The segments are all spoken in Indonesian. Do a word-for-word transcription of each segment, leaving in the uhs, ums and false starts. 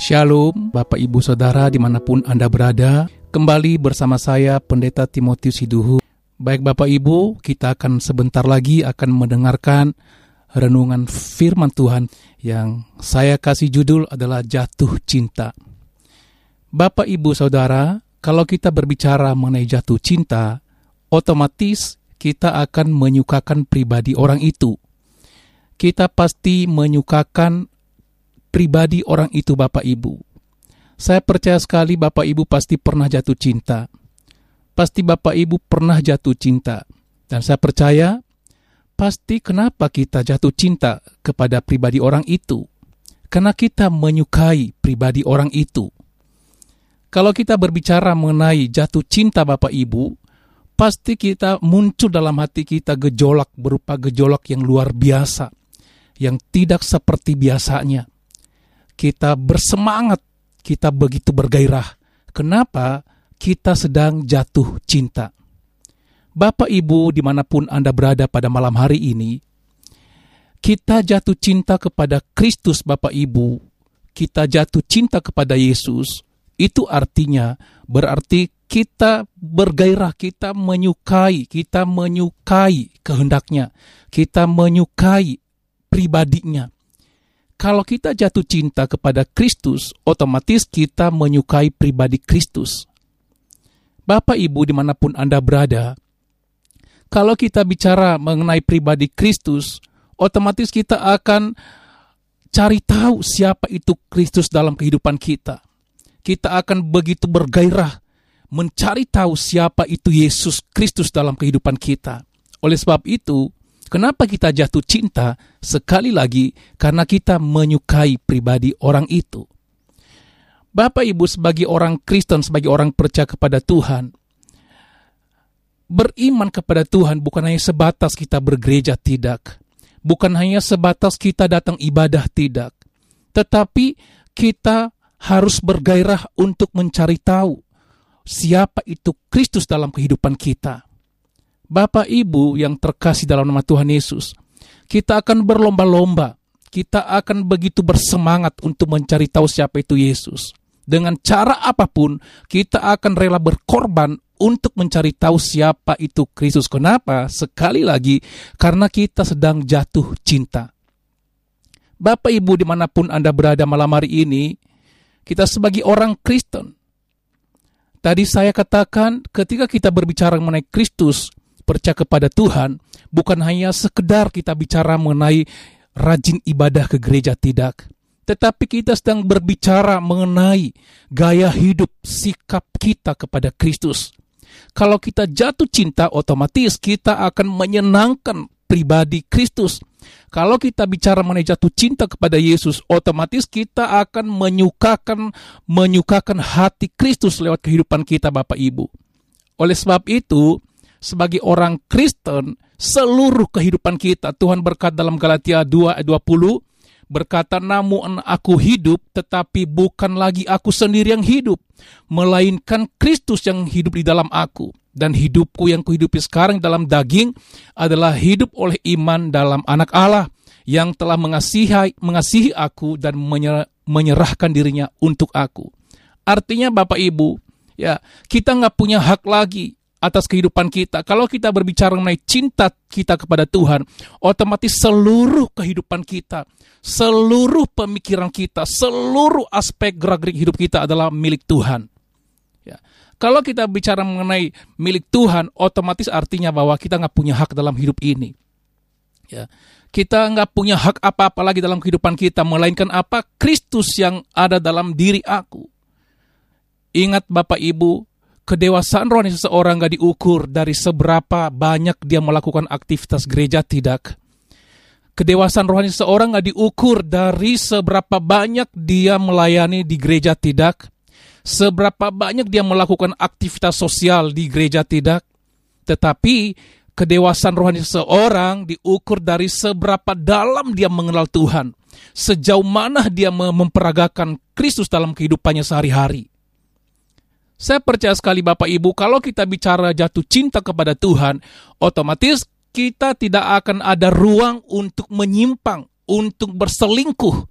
Shalom Bapak Ibu Saudara dimanapun Anda berada. Kembali bersama saya Pendeta Timotius Hiduhu. Baik Bapak Ibu, kita akan sebentar lagi akan mendengarkan renungan firman Tuhan yang saya kasih judul adalah Jatuh Cinta. Bapak Ibu Saudara, kalau kita berbicara mengenai jatuh cinta, otomatis kita akan menyukakan pribadi orang itu. Kita pasti menyukakan pribadi orang itu Bapak Ibu. Saya percaya sekali Bapak Ibu pasti pernah jatuh cinta. Pasti Bapak Ibu pernah jatuh cinta. Dan saya percaya pasti kenapa kita jatuh cinta kepada pribadi orang itu. Karena kita menyukai pribadi orang itu. Kalau kita berbicara mengenai jatuh cinta Bapak Ibu, pasti kita muncul dalam hati kita gejolak berupa gejolak yang luar biasa. Yang tidak seperti biasanya. Kita bersemangat, kita begitu bergairah. Kenapa? Kita sedang jatuh cinta. Bapak Ibu dimanapun Anda berada pada malam hari ini, kita jatuh cinta kepada Kristus Bapak Ibu, kita jatuh cinta kepada Yesus, itu artinya berarti kita bergairah, kita menyukai, kita menyukai kehendaknya, kita menyukai pribadinya. Kalau kita jatuh cinta kepada Kristus, otomatis kita menyukai pribadi Kristus. Bapak Ibu dimanapun Anda berada, kalau kita bicara mengenai pribadi Kristus, otomatis kita akan cari tahu siapa itu Kristus dalam kehidupan kita. Kita akan begitu bergairah mencari tahu siapa itu Yesus Kristus dalam kehidupan kita. Oleh sebab itu, kenapa kita jatuh cinta? Sekali lagi, karena kita menyukai pribadi orang itu. Bapak Ibu sebagai orang Kristen, sebagai orang percaya kepada Tuhan, beriman kepada Tuhan bukan hanya sebatas kita bergereja, tidak. Bukan hanya sebatas kita datang ibadah, tidak. Tetapi kita harus bergairah untuk mencari tahu siapa itu Kristus dalam kehidupan kita. Bapak Ibu yang terkasih dalam nama Tuhan Yesus, kita akan berlomba-lomba, kita akan begitu bersemangat untuk mencari tahu siapa itu Yesus. Dengan cara apapun, kita akan rela berkorban untuk mencari tahu siapa itu Kristus. Kenapa? Sekali lagi, karena kita sedang jatuh cinta. Bapak Ibu dimanapun Anda berada malam hari ini, kita sebagai orang Kristen, tadi saya katakan ketika kita berbicara mengenai Kristus, percaya kepada Tuhan, bukan hanya sekedar kita bicara mengenai rajin ibadah ke gereja, tidak. Tetapi kita sedang berbicara mengenai gaya hidup, sikap kita kepada Kristus. Kalau kita jatuh cinta, otomatis kita akan menyenangkan pribadi Kristus. Kalau kita bicara mengenai jatuh cinta kepada Yesus, otomatis kita akan menyukakan menyukakan hati Kristus lewat kehidupan kita Bapak Ibu. Oleh sebab itu, sebagai orang Kristen, seluruh kehidupan kita, Tuhan berkata dalam Galatia dua ayat dua puluh, berkata, namun aku hidup, tetapi bukan lagi aku sendiri yang hidup, melainkan Kristus yang hidup di dalam aku. Dan hidupku yang kuhidupi sekarang dalam daging adalah hidup oleh iman dalam Anak Allah, yang telah mengasihi, mengasihi aku dan menyerahkan dirinya untuk aku. Artinya Bapak Ibu, ya kita nggak punya hak lagi atas kehidupan kita. Kalau kita berbicara mengenai cinta kita kepada Tuhan, otomatis seluruh kehidupan kita, seluruh pemikiran kita, seluruh aspek gerak-gerik hidup kita adalah milik Tuhan. Ya. Kalau kita bicara mengenai milik Tuhan, otomatis artinya bahwa kita nggak punya hak dalam hidup ini. Ya. Kita nggak punya hak apa-apa lagi dalam kehidupan kita, melainkan apa? Kristus yang ada dalam diri aku. Ingat Bapak Ibu, kedewasaan rohani seseorang gak diukur dari seberapa banyak dia melakukan aktivitas gereja, tidak. Kedewasaan rohani seseorang gak diukur dari seberapa banyak dia melayani di gereja, tidak. Seberapa banyak dia melakukan aktivitas sosial di gereja, tidak. Tetapi kedewasaan rohani seseorang diukur dari seberapa dalam dia mengenal Tuhan. Sejauh mana dia memperagakan Kristus dalam kehidupannya sehari-hari. Saya percaya sekali Bapak Ibu, kalau kita bicara jatuh cinta kepada Tuhan, otomatis kita tidak akan ada ruang untuk menyimpang, untuk berselingkuh,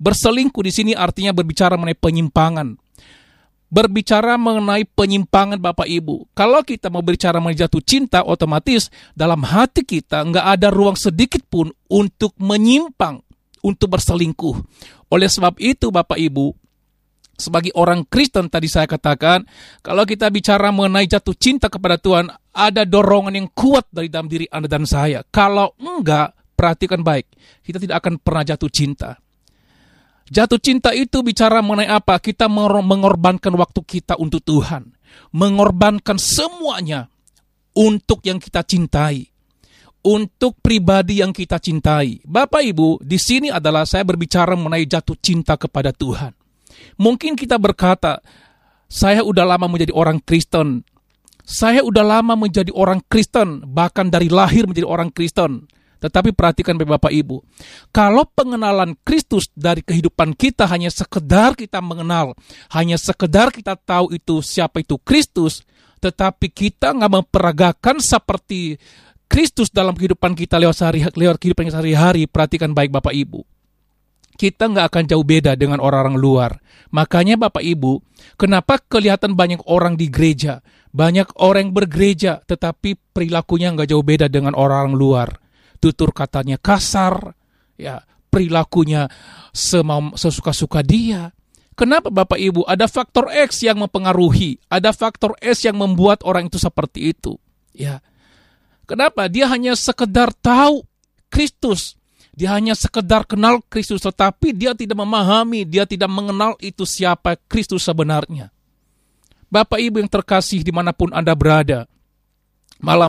Berselingkuh di sini artinya berbicara mengenai penyimpangan. Berbicara mengenai penyimpangan Bapak Ibu. Kalau kita mau berbicara mengenai jatuh cinta, otomatis dalam hati kita nggak ada ruang sedikit pun untuk menyimpang, untuk berselingkuh. Oleh sebab itu Bapak Ibu, sebagai orang Kristen tadi saya katakan, kalau kita bicara mengenai jatuh cinta kepada Tuhan, ada dorongan yang kuat dari dalam diri Anda dan saya. Kalau enggak, perhatikan baik, kita tidak akan pernah jatuh cinta. Jatuh cinta itu bicara mengenai apa? Kita mengorbankan waktu kita untuk Tuhan. Mengorbankan semuanya untuk yang kita cintai. Untuk pribadi yang kita cintai. Bapak Ibu, di sini adalah saya berbicara mengenai jatuh cinta kepada Tuhan. Mungkin kita berkata, saya udah lama menjadi orang Kristen. Saya udah lama menjadi orang Kristen, bahkan dari lahir menjadi orang Kristen. Tetapi perhatikan Bapak Ibu, kalau pengenalan Kristus dari kehidupan kita hanya sekedar kita mengenal, hanya sekedar kita tahu itu siapa itu Kristus, tetapi kita nggak memperagakan seperti Kristus dalam kehidupan kita lewat sehari, lewat kehidupan kita sehari-hari, perhatikan baik Bapak Ibu. Kita nggak akan jauh beda dengan orang-orang luar. Makanya Bapak Ibu, kenapa kelihatan banyak orang di gereja, banyak orang yang bergereja, tetapi perilakunya nggak jauh beda dengan orang-orang luar. Tutur katanya kasar, ya perilakunya semau, sesuka-suka dia. Kenapa Bapak Ibu? Ada faktor X yang mempengaruhi, ada faktor S yang membuat orang itu seperti itu. Ya, kenapa? Dia hanya sekedar tahu Kristus, dia hanya sekedar kenal Kristus, tetapi dia tidak memahami, dia tidak mengenal itu siapa Kristus sebenarnya. Bapak Ibu yang terkasih dimanapun Anda berada, malam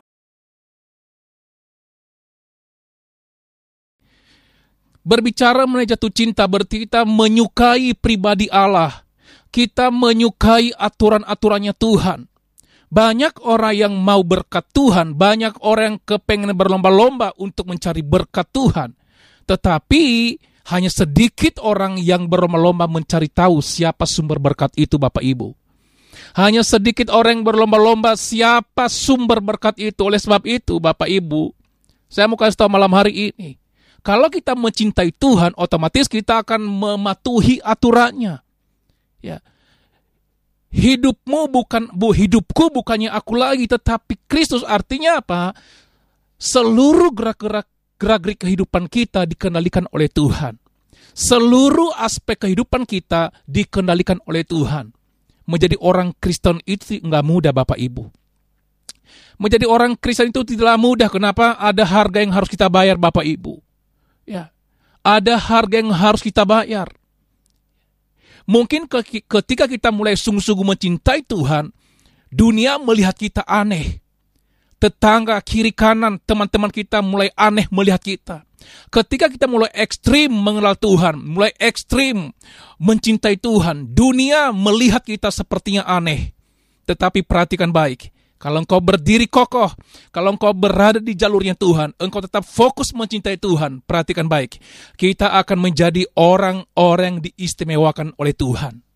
berbicara mengenai jatuh cinta berarti kita menyukai pribadi Allah. Kita menyukai aturan-aturannya Tuhan. Banyak orang yang mau berkat Tuhan, banyak orang yang kepengen berlomba-lomba untuk mencari berkat Tuhan. Tetapi hanya sedikit orang yang berlomba-lomba mencari tahu siapa sumber berkat itu Bapak Ibu. Hanya sedikit orang yang berlomba-lomba siapa sumber berkat itu. Oleh sebab itu Bapak Ibu, saya mau kasih tahu malam hari ini, kalau kita mencintai Tuhan, otomatis kita akan mematuhi aturannya. Ya. Hidupmu bukan bu hidupku bukannya aku lagi, tetapi Kristus. Artinya apa? Seluruh gerak-gerak gerak-gerik kehidupan kita dikendalikan oleh Tuhan. Seluruh aspek kehidupan kita dikendalikan oleh Tuhan. Menjadi orang Kristen itu enggak mudah Bapak Ibu. Menjadi orang Kristen itu tidaklah mudah. Kenapa? Ada harga yang harus kita bayar Bapak Ibu. Ya, ada harga yang harus kita bayar. Mungkin ketika kita mulai sungguh-sungguh mencintai Tuhan, dunia melihat kita aneh. Tetangga, kiri kanan, teman-teman kita mulai aneh melihat kita. Ketika kita mulai ekstrim mengenal Tuhan, mulai ekstrim mencintai Tuhan, dunia melihat kita sepertinya aneh. Tetapi perhatikan baik. Kalau engkau berdiri kokoh, kalau engkau berada di jalurnya Tuhan, engkau tetap fokus mencintai Tuhan, perhatikan baik, kita akan menjadi orang-orang yang diistimewakan oleh Tuhan.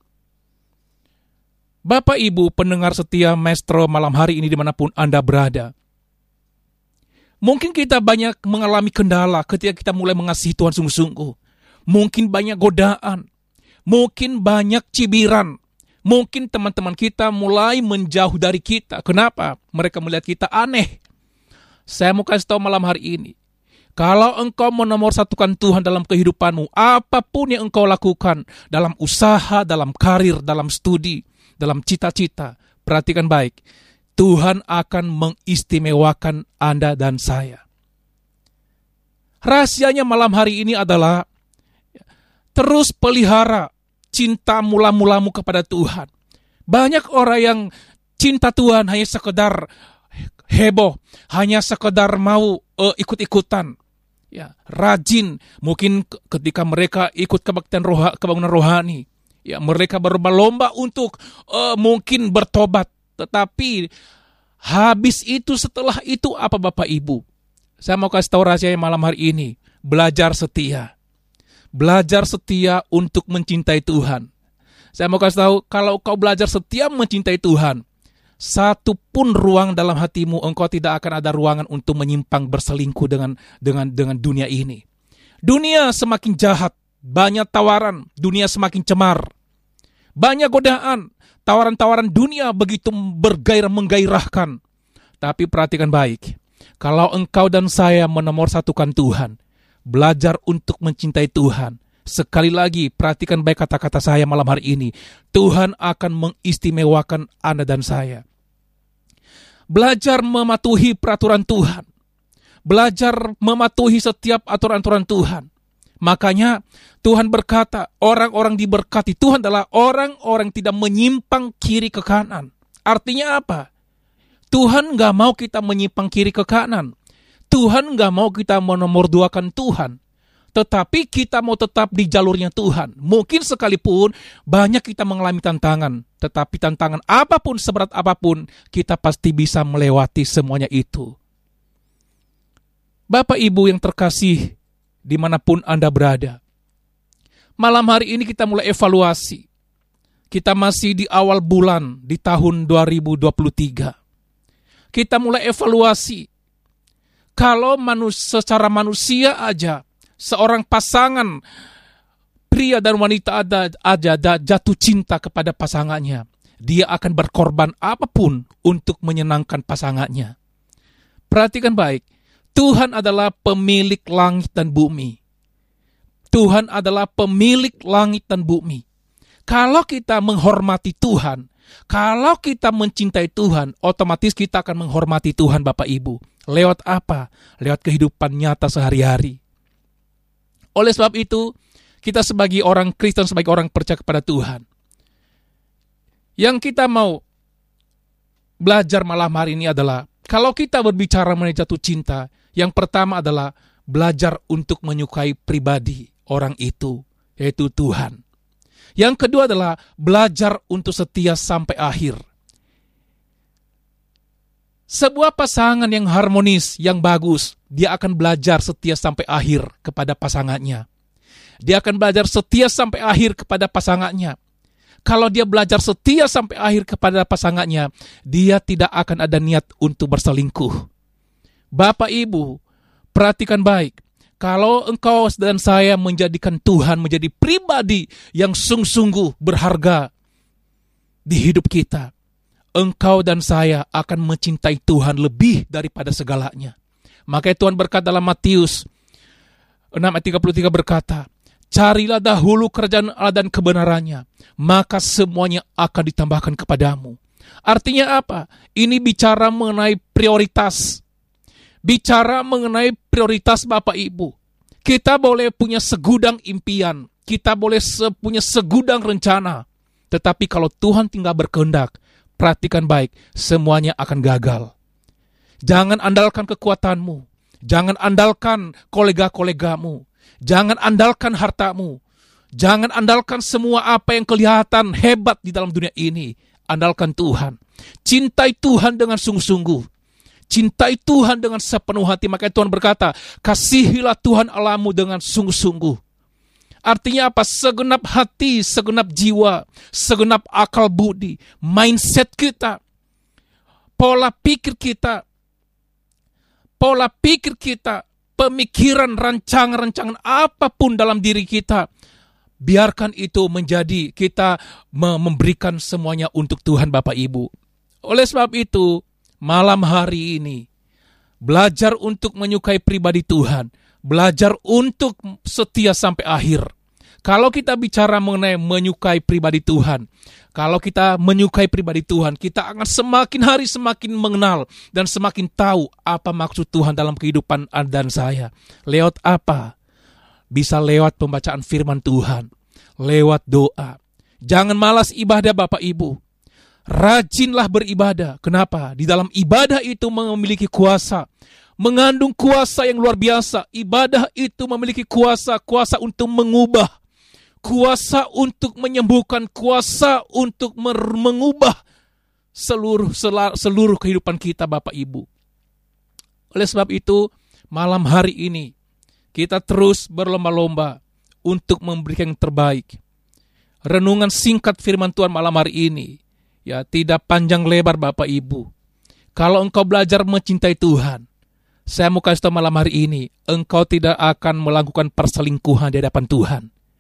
Bapak Ibu pendengar setia Maestro malam hari ini dimanapun Anda berada, mungkin kita banyak mengalami kendala ketika kita mulai mengasihi Tuhan sungguh-sungguh. Mungkin banyak godaan, mungkin banyak cibiran. Mungkin teman-teman kita mulai menjauh dari kita. Kenapa? Mereka melihat kita aneh. Saya mau kasih tahu malam hari ini, kalau engkau menomorsatukan Tuhan dalam kehidupanmu, apapun yang engkau lakukan, dalam usaha, dalam karir, dalam studi, dalam cita-cita, perhatikan baik, Tuhan akan mengistimewakan Anda dan saya. Rahasianya malam hari ini adalah terus pelihara cinta mula-mulamu kepada Tuhan. Banyak orang yang cinta Tuhan hanya sekedar heboh, hanya sekedar mau uh, ikut-ikutan, ya, rajin. Mungkin ketika mereka ikut kebaktian roha, kebangunan rohani, ya, mereka berlomba untuk uh, mungkin bertobat. Tetapi habis itu, setelah itu apa Bapak Ibu? Saya mau kasih tahu rahasia malam hari ini. Belajar setia. Belajar setia untuk mencintai Tuhan. Saya mau kasih tahu, kalau kau belajar setia mencintai Tuhan, satu pun ruang dalam hatimu engkau tidak akan ada ruangan untuk menyimpang berselingkuh dengan dengan dengan dunia ini. Dunia semakin jahat, banyak tawaran, dunia semakin cemar. Banyak godaan, tawaran-tawaran dunia begitu bergairah menggairahkan. Tapi perhatikan baik, kalau engkau dan saya menomorsatukan Tuhan, belajar untuk mencintai Tuhan, sekali lagi perhatikan baik kata-kata saya malam hari ini, Tuhan akan mengistimewakan Anda dan saya. Belajar mematuhi peraturan Tuhan, belajar mematuhi setiap aturan-aturan Tuhan. Makanya Tuhan berkata, orang-orang diberkati Tuhan adalah orang-orang tidak menyimpang kiri ke kanan. Artinya apa? Tuhan gak mau kita menyimpang kiri ke kanan. Tuhan gak mau kita menomorduakan Tuhan. Tetapi kita mau tetap di jalurnya Tuhan. Mungkin sekalipun banyak kita mengalami tantangan. Tetapi tantangan apapun, seberat apapun, kita pasti bisa melewati semuanya itu. Bapak Ibu yang terkasih, dimanapun Anda berada, malam hari ini kita mulai evaluasi. Kita masih di awal bulan di tahun dua ribu dua puluh tiga. Kita mulai evaluasi. Kalau manus, secara manusia aja, seorang pasangan pria dan wanita ada aja ada jatuh cinta kepada pasangannya, dia akan berkorban apapun untuk menyenangkan pasangannya. Perhatikan baik, Tuhan adalah pemilik langit dan bumi. Tuhan adalah pemilik langit dan bumi. Kalau kita menghormati Tuhan, kalau kita mencintai Tuhan, otomatis kita akan menghormati Tuhan Bapak Ibu. Lewat apa? Lewat kehidupan nyata sehari-hari. Oleh sebab itu, kita sebagai orang Kristen, sebagai orang percaya kepada Tuhan, yang kita mau belajar malam hari ini adalah, kalau kita berbicara mengenai jatuh cinta, yang pertama adalah belajar untuk menyukai pribadi orang itu, yaitu Tuhan. Yang kedua adalah belajar untuk setia sampai akhir. Sebuah pasangan yang harmonis, yang bagus, dia akan belajar setia sampai akhir kepada pasangannya. Dia akan belajar setia sampai akhir kepada pasangannya. Kalau dia belajar setia sampai akhir kepada pasangannya, dia tidak akan ada niat untuk berselingkuh. Bapak Ibu, perhatikan baik. Kalau engkau dan saya menjadikan Tuhan menjadi pribadi yang sungguh-sungguh berharga di hidup kita, engkau dan saya akan mencintai Tuhan lebih daripada segalanya. Makanya Tuhan berkata dalam Matius enam ayat tiga puluh tiga berkata, carilah dahulu kerajaan Allah dan kebenarannya, maka semuanya akan ditambahkan kepadamu. Artinya apa? Ini bicara mengenai prioritas. Bicara mengenai prioritas Bapak Ibu. Kita boleh punya segudang impian, kita boleh se- punya segudang rencana, tetapi kalau Tuhan tinggal berkehendak, perhatikan baik, semuanya akan gagal. Jangan andalkan kekuatanmu, jangan andalkan kolega-kolegamu, jangan andalkan hartamu, jangan andalkan semua apa yang kelihatan hebat di dalam dunia ini. Andalkan Tuhan. Cintai Tuhan dengan sungguh-sungguh. Cintai Tuhan dengan sepenuh hati. Makanya Tuhan berkata, kasihilah Tuhan Allahmu dengan sungguh-sungguh. Artinya apa? Segenap hati, segenap jiwa, segenap akal budi, mindset kita, pola pikir kita, pola pikir kita, pemikiran, rancangan-rancangan apapun dalam diri kita, biarkan itu menjadi kita memberikan semuanya untuk Tuhan Bapak Ibu. Oleh sebab itu, malam hari ini, belajar untuk menyukai pribadi Tuhan, belajar untuk setia sampai akhir. Kalau kita bicara mengenai menyukai pribadi Tuhan, kalau kita menyukai pribadi Tuhan, kita akan semakin hari semakin mengenal dan semakin tahu apa maksud Tuhan dalam kehidupan Anda dan saya. Lewat apa? Bisa lewat pembacaan firman Tuhan, lewat doa. Jangan malas ibadah Bapak Ibu. Rajinlah beribadah. Kenapa? Di dalam ibadah itu memiliki kuasa, mengandung kuasa yang luar biasa. Ibadah itu memiliki kuasa, kuasa untuk mengubah, kuasa untuk menyembuhkan, kuasa untuk mer- mengubah seluruh sel- seluruh kehidupan kita Bapak Ibu. Oleh sebab itu, malam hari ini kita terus berlomba-lomba untuk memberikan yang terbaik. Renungan singkat firman Tuhan malam hari ini, ya, tidak panjang lebar Bapak Ibu. Kalau engkau belajar mencintai Tuhan, saya mau kasih tahu malam hari ini, engkau tidak akan melakukan perselingkuhan di hadapan Tuhan.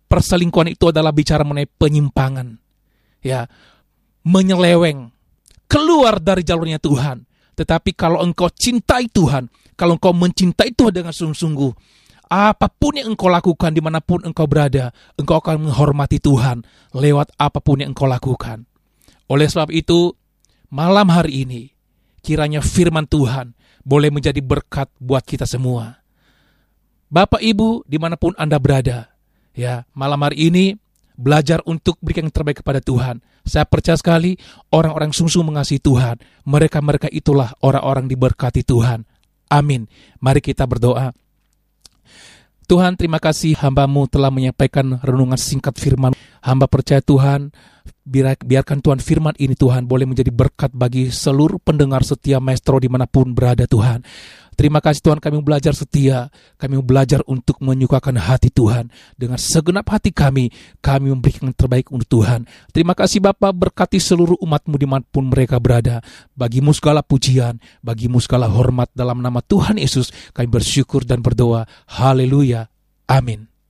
perselingkuhan itu adalah bicara mengenai penyimpangan, ya, menyeleweng, keluar dari jalurnya Tuhan. Tetapi kalau engkau cintai Tuhan, kalau engkau mencintai Tuhan dengan sungguh-sungguh, apapun yang engkau lakukan dimanapun engkau berada, engkau akan menghormati Tuhan lewat apapun yang engkau lakukan. Oleh sebab itu, malam hari ini, kiranya firman Tuhan boleh menjadi berkat buat kita semua. Bapak Ibu, dimanapun Anda berada, ya, malam hari ini belajar untuk berikan yang terbaik kepada Tuhan. Saya percaya sekali orang-orang sungguh mengasihi Tuhan, mereka-mereka itulah orang-orang diberkati Tuhan. Amin. Mari kita berdoa. Tuhan, terima kasih hamba-Mu telah menyampaikan renungan singkat firman. Hamba percaya Tuhan, biarkan Tuhan firman ini Tuhan boleh menjadi berkat bagi seluruh pendengar setia Maestro dimanapun berada Tuhan. Terima kasih Tuhan, kami belajar setia, kami belajar untuk menyukakan hati Tuhan. Dengan segenap hati kami, kami memberikan yang terbaik untuk Tuhan. Terima kasih Bapa, berkati seluruh umat-Mu dimanapun mereka berada. Bagimu segala pujian, bagimu segala hormat dalam nama Tuhan Yesus. Kami bersyukur dan berdoa. Haleluya. Amin.